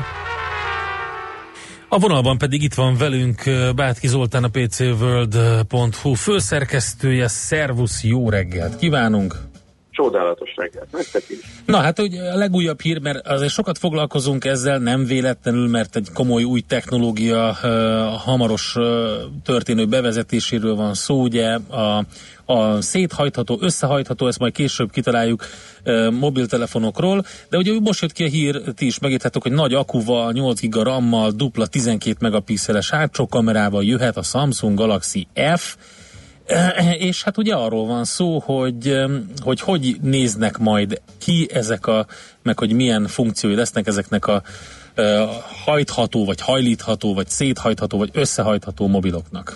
A vonalban pedig itt van velünk Bátki Zoltán, a pé cé world pont hu főszerkesztője. Szervusz, jó reggelt kívánunk! Csodálatos reggelt, nektek is. Na hát, hogy a legújabb hír, mert azért sokat foglalkozunk ezzel, nem véletlenül, mert egy komoly új technológia uh, hamaros uh, történő bevezetéséről van szó, ugye a, a széthajtható, összehajtható, ezt majd később kitaláljuk uh, mobiltelefonokról, de ugye most jött ki a hír, ti is megérthettek, hogy nagy akuval, nyolc giga rammal, dupla tizenkét megapixeles hátsó kamerával jöhet a Samsung Galaxy F, és hát ugye arról van szó, hogy, hogy hogy néznek majd ki ezek a, meg hogy milyen funkciói lesznek ezeknek a uh, hajtható, vagy hajlítható, vagy széthajtható, vagy összehajtható mobiloknak.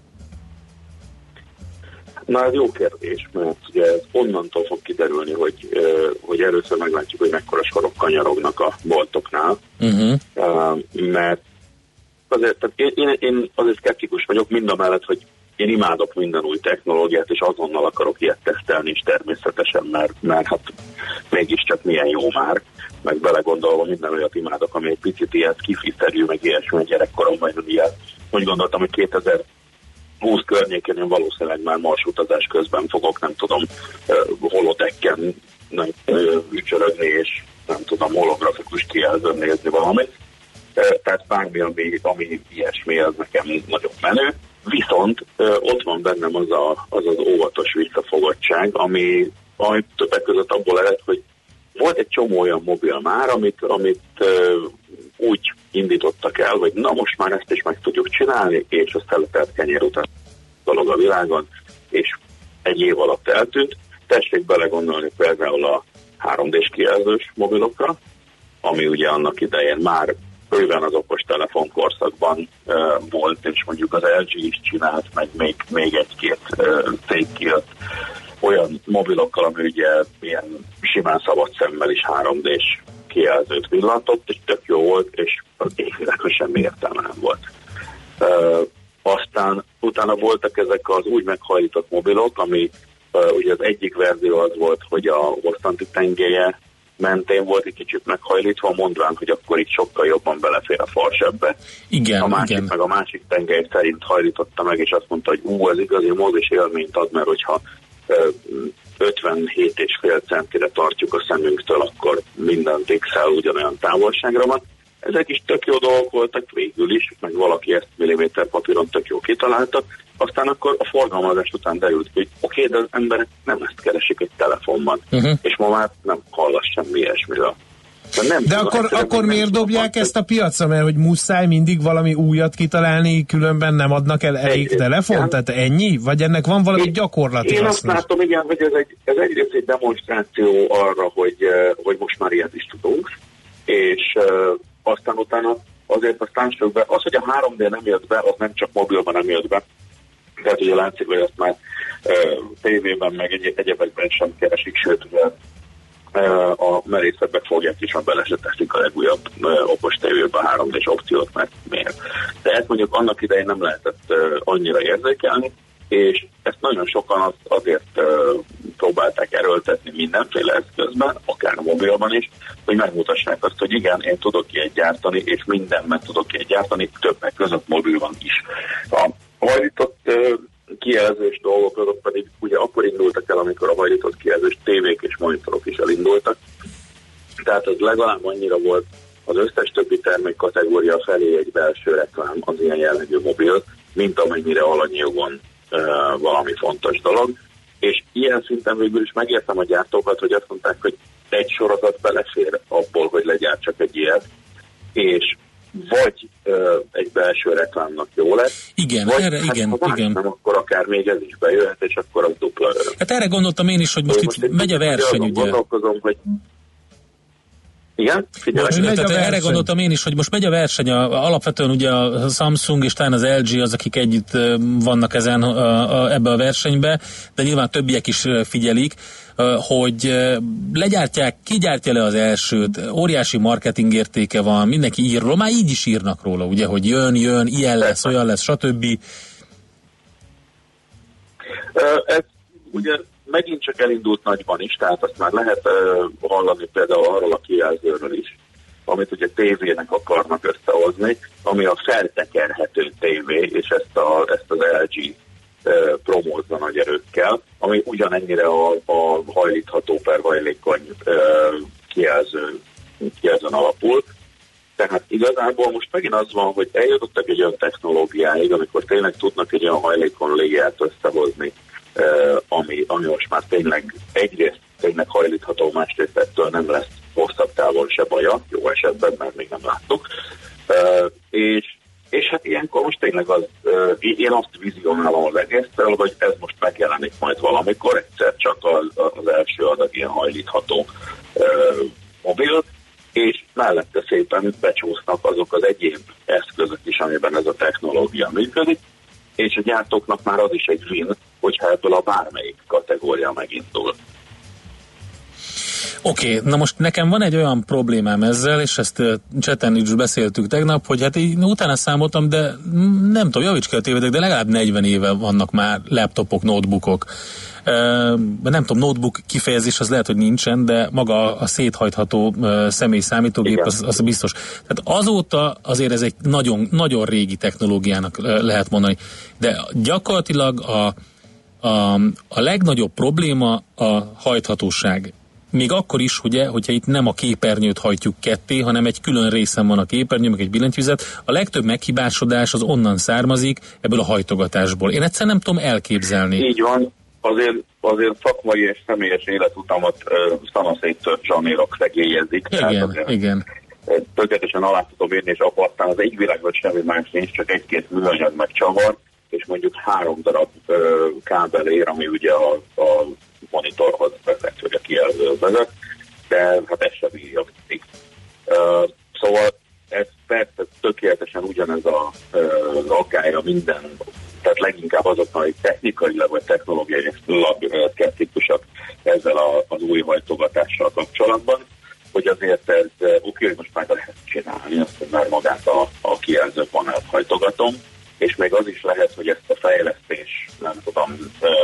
Na, ez jó kérdés, mert ugye ez onnantól fog kiderülni, hogy, uh, hogy először meglátjuk, hogy mekkora sorok kanyarognak a boltoknál, uh-huh. uh, mert azért, tehát én, én, én azért szkeptikus vagyok mindamellett, hogy én imádok minden új technológiát, és azonnal akarok ilyet tesztelni is természetesen, mert, mert hát mégiscsak milyen jó már, meg belegondolva minden olyat imádok, ami egy picit ilyet kifiszerű, meg ilyesmi, hogy gyerekkoromban ilyet. Úgy gondoltam, hogy kétezer-húsz környékén én valószínűleg már marsutazás közben fogok, nem tudom, holodecken ücsörögni, és nem tudom, holografikus kijelzőn nézni valamit. Tehát bármi, ami, ami ilyesmi, az nekem nagyon menő. Viszont ö, ott van bennem az, a, az az óvatos visszafogottság, ami, ami többek között abból ered, hogy volt egy csomó olyan mobil már, amit, amit ö, úgy indítottak el, hogy na most már ezt is meg tudjuk csinálni, és a szeletelt kenyér után dolog a világon, és egy év alatt eltűnt. Tessék belegondolni például a három dés kijelzős mobilokra, ami ugye annak idején már bőven az okostelefon korszakban uh, volt, és mondjuk az el gé is csinált, meg még, még egy-két uh, cég kijött olyan mobilokkal, ami ugye ilyen simán szabad szemmel is három dés kijelzőt villantott, és tök jó volt, és az égvilágon semmi értelme nem volt. Uh, aztán utána voltak ezek az úgy meghajlított mobilok, ami uh, ugye az egyik verzió az volt, hogy a hosszanti tengélye mentén volt egy kicsit meghajlítva, mondván, hogy akkor itt sokkal jobban belefér a farsebbe. Igen, a másik igen. Meg a másik tengely szerint hajlította meg, és azt mondta, hogy ú, ez igazi mozis élményt ad, mert hogyha ötvenhét és fél centire tartjuk a szemünktől, akkor minden pixel ugyanolyan távolságra van. Ezek is tök jó dolgok voltak végül is, meg valaki ezt milliméter papíron tök jó kitaláltak, aztán akkor a forgalmazás után derült, hogy oké, okay, de az emberek nem ezt keresik egy telefonban, uh-huh. és ma már nem hallasz semmi ilyesmiről. De, nem de tudom, akkor, akkor miért dobják ezt a piacra? Mert hogy muszáj mindig valami újat kitalálni, különben nem adnak el elég egy, telefont? Tehát ennyi? Vagy ennek van valami én, gyakorlati Én azt látom, igen, hogy ez, egy, ez egyrészt egy demonstráció arra, hogy, hogy most már ilyet is tudunk, és aztán utána azért azt lássuk be, az, hogy a három dé nem jött be, az nem csak mobilban nem jött be, tehát ugye látszik, hogy azt már uh, tévében meg egy, egyebekben sem keresik, sőt ugye uh, a merészebbek fogják is, ha bele se teszik a legújabb uh, okos tévében a három dés opciót, mert miért. De ezt mondjuk annak idején nem lehetett uh, annyira érzékelni, és ezt nagyon sokan az, azért uh, próbálták erőltetni mindenféle eszközben, akár a mobilban is, hogy megmutassák azt, hogy igen, én tudok ilyet gyártani, és mindent meg tudok ilyet gyártani, többek között mobilban is. A hajlított uh, kijelzős dolgok, azok pedig ugye akkor indultak el, amikor a hajlított kijelzős tévék és monitorok is elindultak. Tehát ez legalább annyira volt az összes többi termékkategória felé egy belső reklám az ilyen jellegű mobil, mint amennyire alanyi jogon uh, valami fontos dolog. És ilyen szinten végül is megértem a gyártókat, hogy azt mondták, hogy egy sorozat belefér abból, hogy legyártsak egy ilyet, és vagy uh, egy egy belső reklámnak jó lesz. Igen, vagy, erre, hát, igen, ha igen. Nem, akkor akár még ez is bejöhet, és akkor az dupla öröm. Hát erre gondoltam én is, hogy most, most itt megy a verseny, ugye? Gondolkozom, hogy igen? Most, tehát erre gondoltam én is, hogy most megy a verseny, a, alapvetően ugye a Samsung és talán az el gé az, akik együtt vannak ezen a, a, ebbe a versenybe, de nyilván többiek is figyelik, hogy legyártják, ki gyártja le az elsőt, óriási marketing értéke van, mindenki ír róla, már így is írnak róla, ugye, hogy jön, jön, ilyen lesz, olyan lesz, stb. Ez ugye megint csak elindult nagyban is, tehát azt már lehet uh, hallani például arról a kijelzőről is, amit ugye tévének akarnak összehozni, ami a feltekerhető tévé, és ezt, a, ezt az el gé uh, promózza nagy erőkkel, ami ugyanennyire a, a hajlítható per hajlékony uh, kijelző, kijelzőn alapul. Tehát igazából most megint az van, hogy eljutottak egy olyan technológiáig, amikor tényleg tudnak egy olyan hajlékony légiát összehozni, Uh, ami, ami most már tényleg egyrészt tényleg hajlítható, másrészt ettől nem lesz hosszabb távon se baja, jó esetben, mert még nem láttuk. Uh, és, és hát ilyenkor most tényleg az, uh, én azt vizionálom az egésztől, hogy ez most megjelenik majd valamikor, egyszer csak az, az első adag ilyen hajlítható uh, mobil, és mellette szépen becsúsznak azok az egyéb eszközök is, amiben ez a technológia működik, és a gyártóknak már az is egy win, hogyha ebből a bármelyik kategória megindul. Oké, okay, na most nekem van egy olyan problémám ezzel, és ezt uh, cseten is beszéltük tegnap, hogy hát én utána számoltam, de nem tudom, javíts ki a tévedek, de legalább negyven éve vannak már laptopok, notebookok. Uh, nem tudom, notebook kifejezés az lehet, hogy nincsen, de maga a széthajtható uh, személy számítógép az, az biztos. Tehát azóta azért ez egy nagyon, nagyon régi technológiának uh, lehet mondani, de gyakorlatilag a, a, a legnagyobb probléma a hajthatóság. Még akkor is, ugye, hogyha itt nem a képernyőt hajtjuk ketté, hanem egy külön részen van a képernyő, meg egy billentyűzet, a legtöbb meghibásodás az onnan származik, ebből a hajtogatásból. Én egyszerűen nem tudom elképzelni. Így van. Azért, azért szakmai és személyes életutamat uh, szanaszét zsanérok szegélyezik. Igen, igen. Tökéletesen alá tudom érni, és apartán az égvilágban semmi más nincs, csak egy-két műanyag megcsavar, és mondjuk három darab uh, kábel ér, ami ugye a, a monitorhoz vezet, vagy a kijelzőhöz vezet, de hát ez sem bírja mindig. Uh, szóval ez persze tökéletesen ugyanez a uh, aggályra minden, tehát leginkább azoknak, hogy technikailag vagy technológiai szkeptikusak ezzel a, az új hajtogatással kapcsolatban, hogy azért ez oké, okay, hogy most már lehet csinálni, azt, hogy már magát a, a kijelző panelt hajtogatom, és még az is lehet, hogy ezt a fejlesztés, nem tudom,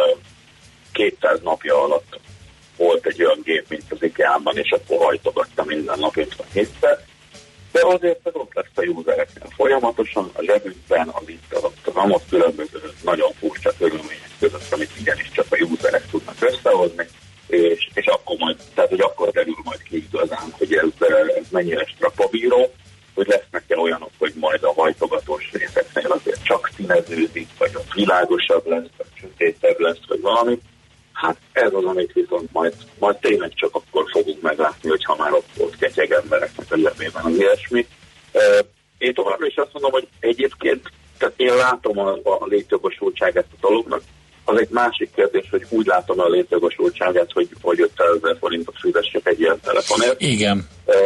kétszáz napja alatt volt egy olyan gép, mint az IKEA-ban, és akkor hajtogatta minden nap ötven-hétszer, de azért ez ott lesz a usereknél folyamatosan, a zsebükben, az itt alatt az amott különböző nagyon furcsa körülmények között, amit igenis csak a userek tudnak összehozni, és, és akkor majd, tehát hogy akkor derül majd ki igazán, hogy ez, ez mennyire strapabíró, hogy lesznek-e olyanok, hogy majd a hajtogatós részeknél azért csak színeződik, vagy ott világosabb lesz, vagy sötétebb lesz, vagy valami. Hát ez az, amit viszont majd, majd tényleg csak akkor fogunk meglátni, hogyha már ott, ott ketyeg embereknek a zsebében az ilyesmi. Én továbbra is azt mondom, hogy egyébként, tehát én látom a, a létjogosultságát a dolognak. Az egy másik kérdés, hogy úgy látom a létjogosultságát, hogy, hogy ötszázezer forintot fizessek egy ilyen telefonért. Igen.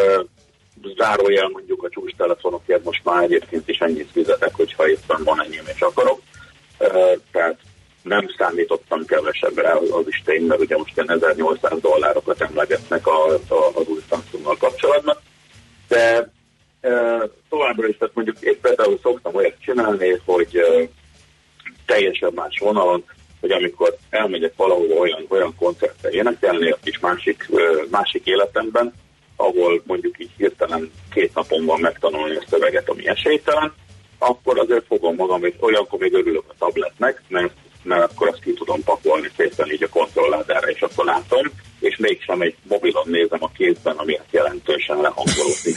Zárójel mondjuk a csúcs telefonokért most már egyébként is ennyit fizetek, hogyha éppen van ennyim és akarok. Tehát nem számítottam kevesebbre, az is tény, mert ugye most ilyen ezernyolcszáz dollárokat emlegetnek a, a, az új Samsunggal kapcsolatban. De e, továbbra is, tehát mondjuk én például szoktam olyat csinálni, hogy e, teljesen más vonalon, hogy amikor elmegyek valahova olyan, olyan koncertre énekelni, és másik, e, másik életemben, ahol mondjuk így hirtelen két napon van megtanulni a szöveget, ami esélytelen, akkor azért fogom magam, és olyankor még örülök a tabletnek, mert mert akkor azt ki tudom pakolni szépen így a kontrolládára, és akkor látom, és mégsem egy mobilon nézem a kézben, ami jelentősen lehangolódik.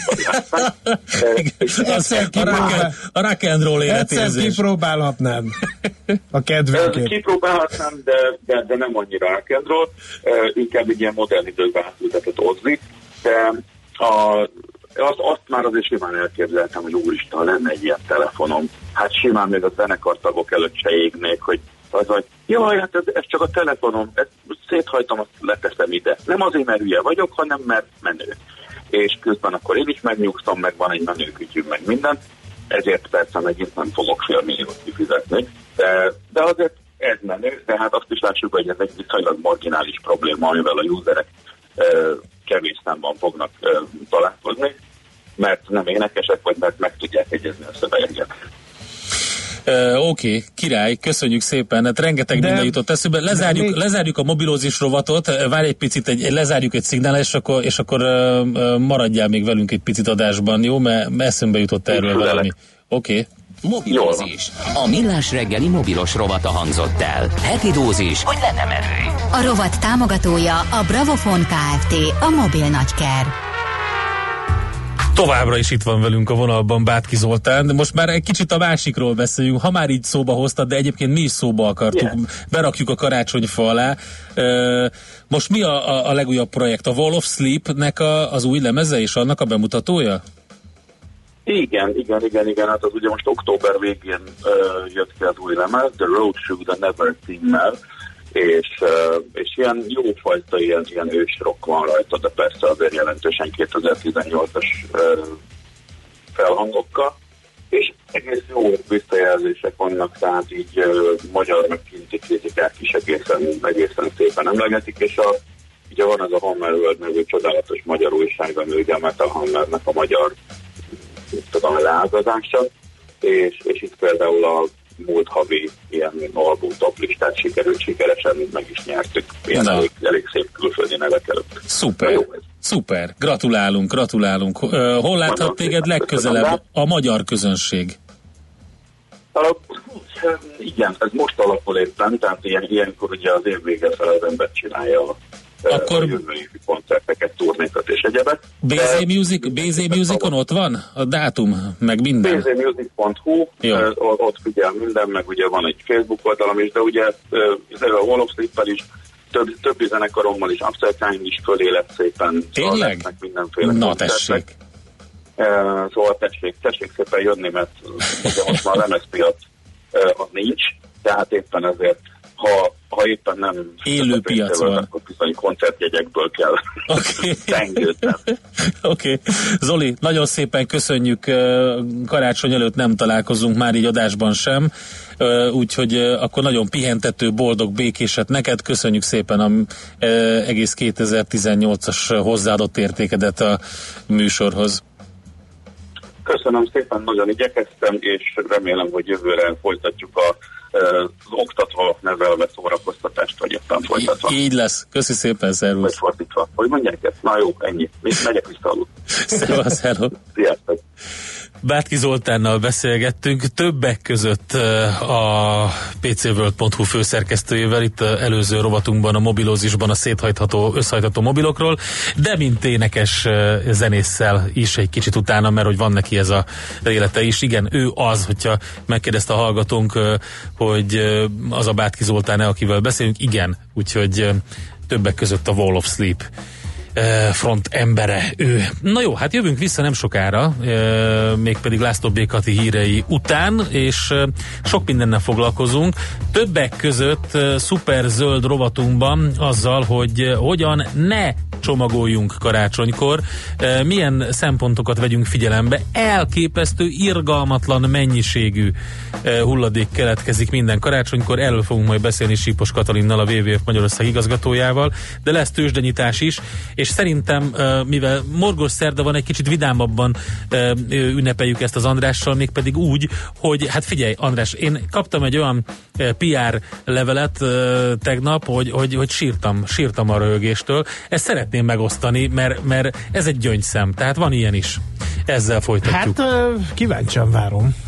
A rock and roll életérzés. Egyszer kipróbálhatnád a kedvenkért. Kipróbálhatnám, de, de, de nem annyira rock and roll, inkább egy ilyen modern időben átültetett ozzi, de a, azt, azt már azért simán elképzeltem, hogy úristen, lenne egy ilyen telefonom. Hát simán még a zenekartagok előtt se égnék, hogy az, hogy jaj, hát ez, ez csak a telefonom, ezt széthajtom, azt leteszem ide. Nem azért, mert hülye vagyok, hanem mert menő. És közben akkor én is megnyugszom, meg van egy menőkütyű, meg minden. Ezért persze megint nem fogok fél milliót kifizetni. De, de azért ez menő, de hát azt is lássuk, hogy ez egy viszonylag marginális probléma, amivel a userek e, kevés számban fognak e, találkozni, mert nem énekesek, vagy mert meg tudják egyezni a szövegeket. Uh, Oké, okay, király, köszönjük szépen, hát rengeteg minden jutott eszünkbe. Lezárjuk, még... lezárjuk a mobilózis rovatot, várj egy picit, egy, lezárjuk egy szignál, és akkor, és akkor uh, uh, maradjál még velünk egy picit adásban, jó? Mert eszünkbe jutott erről Én valami. Oké. Okay. Mobilózis. A millás reggeli mobilos rovata hangzott el. Happy dózis, hogy lenne merő. A rovat támogatója a Bravofon Kft. A mobil nagyker. Továbbra is itt van velünk a vonalban Bátki Zoltán, de most már egy kicsit a másikról beszéljünk, ha már így szóba hoztad, de egyébként mi is szóba akartuk, yeah. berakjuk a karácsonyfa alá. Most mi a, a, a legújabb projekt? A Wall of Sleep-nek a, az új lemeze és annak a bemutatója? Igen, igen, igen, igen, hát az ugye most október végén uh, jött ki az új lemez, The Road Through the Never címmel, és, uh, és ilyen jófajta ilyen, ilyen ősrock van rajta, de persze azért jelentősen kétezer-tizennyolcas uh, felhangokkal, és egész jó visszajelzések vannak, tehát így uh, magyar meg kinti kritikák is egészen, egészen szépen emlegetik, és a, ugye van ez a Hammer World nevű csodálatos magyar újság, ami ugye a Metal Hammernek a magyar tudom, leágazása, és, és itt például a múlt havi ilyen album top listát sikerült sikeresen, meg is nyertük. Ilyen elég, elég szép külföldi nevek előtt. Szuper, jó, szuper, gratulálunk, gratulálunk. Uh, hol láthat téged legközelebb a magyar közönség? Uh, igen, ez most alapul éppen, tehát ilyen, ilyenkor ugye az év vége fel az ember csinálja a akkor jövői koncerteket, turnékat és egyebek. bé zé Music, bé zé Musicon ott van a dátum, meg minden? bé zé music pont hu, ott figyel minden, meg ugye van egy Facebook oldalam is, de ugye a Wall of Sleep-el is több, többi zenekarommal is, Upside is fölé lett szépen. Tényleg? Szóval mindenféle Na tessék. Szóval tessék, tessék szépen jönni, mert ugye most már a lemezpiac az nincs, tehát éppen ezért ha, ha éppen nem élő piac van, akkor bizony koncertjegyekből kell okay. tengődnem. Oké. Okay. Zoli, nagyon szépen köszönjük, karácsony előtt nem találkozunk már így adásban sem, úgyhogy akkor nagyon pihentető, boldog, békéset neked, köszönjük szépen a egész kétezer-tizennyolcas hozzáadott értékedet a műsorhoz. Köszönöm szépen, nagyon igyekeztem, és remélem, hogy jövőre folytatjuk a az oktatva, nevelve szórakoztatást, vagy éppen folytatva. Így lesz. Köszi szépen, szervusz. Vagy fordítva. Hogy mondják ezt? Na jó, ennyi. Megyek vissza alul. Szervusz, hello. Sziasztok. Bátki Zoltánnal beszélgettünk, többek között a pé cé world pont hu főszerkesztőjével, itt előző rovatunkban a mobilózisban a széthajtható, összehajtható mobilokról, de mint énekes zenésszel is egy kicsit utána, mert hogy van neki ez a élete is. Igen, ő az, hogyha megkérdezte a hallgatónk, hogy az a Bátki Zoltán-e, akivel beszélünk, igen, úgyhogy többek között a Wall of Sleep front embere ő. Na jó, hát jövünk vissza nem sokára, mégpedig László B. Kati hírei után, és sok mindennel foglalkozunk. Többek között szuper zöld rovatunkban azzal, hogy hogyan ne csomagoljunk karácsonykor, milyen szempontokat vegyünk figyelembe. Elképesztő, irgalmatlan mennyiségű hulladék keletkezik minden karácsonykor. Erről fogunk majd beszélni Sípos Katalinnal, a dupla vé vé ef Magyarország igazgatójával, de lesz tőzsdenyítás is, és szerintem, mivel morgos szerda van, egy kicsit vidámabban ünnepeljük ezt az Andrással, mégpedig úgy, hogy hát figyelj, András, én kaptam egy olyan pé er levelet tegnap, hogy, hogy, hogy sírtam, sírtam a röhögéstől. Ezt szeretném megosztani, mert, mert ez egy gyöngyszem, tehát van ilyen is. Ezzel folytatjuk. Hát kíváncsian várom.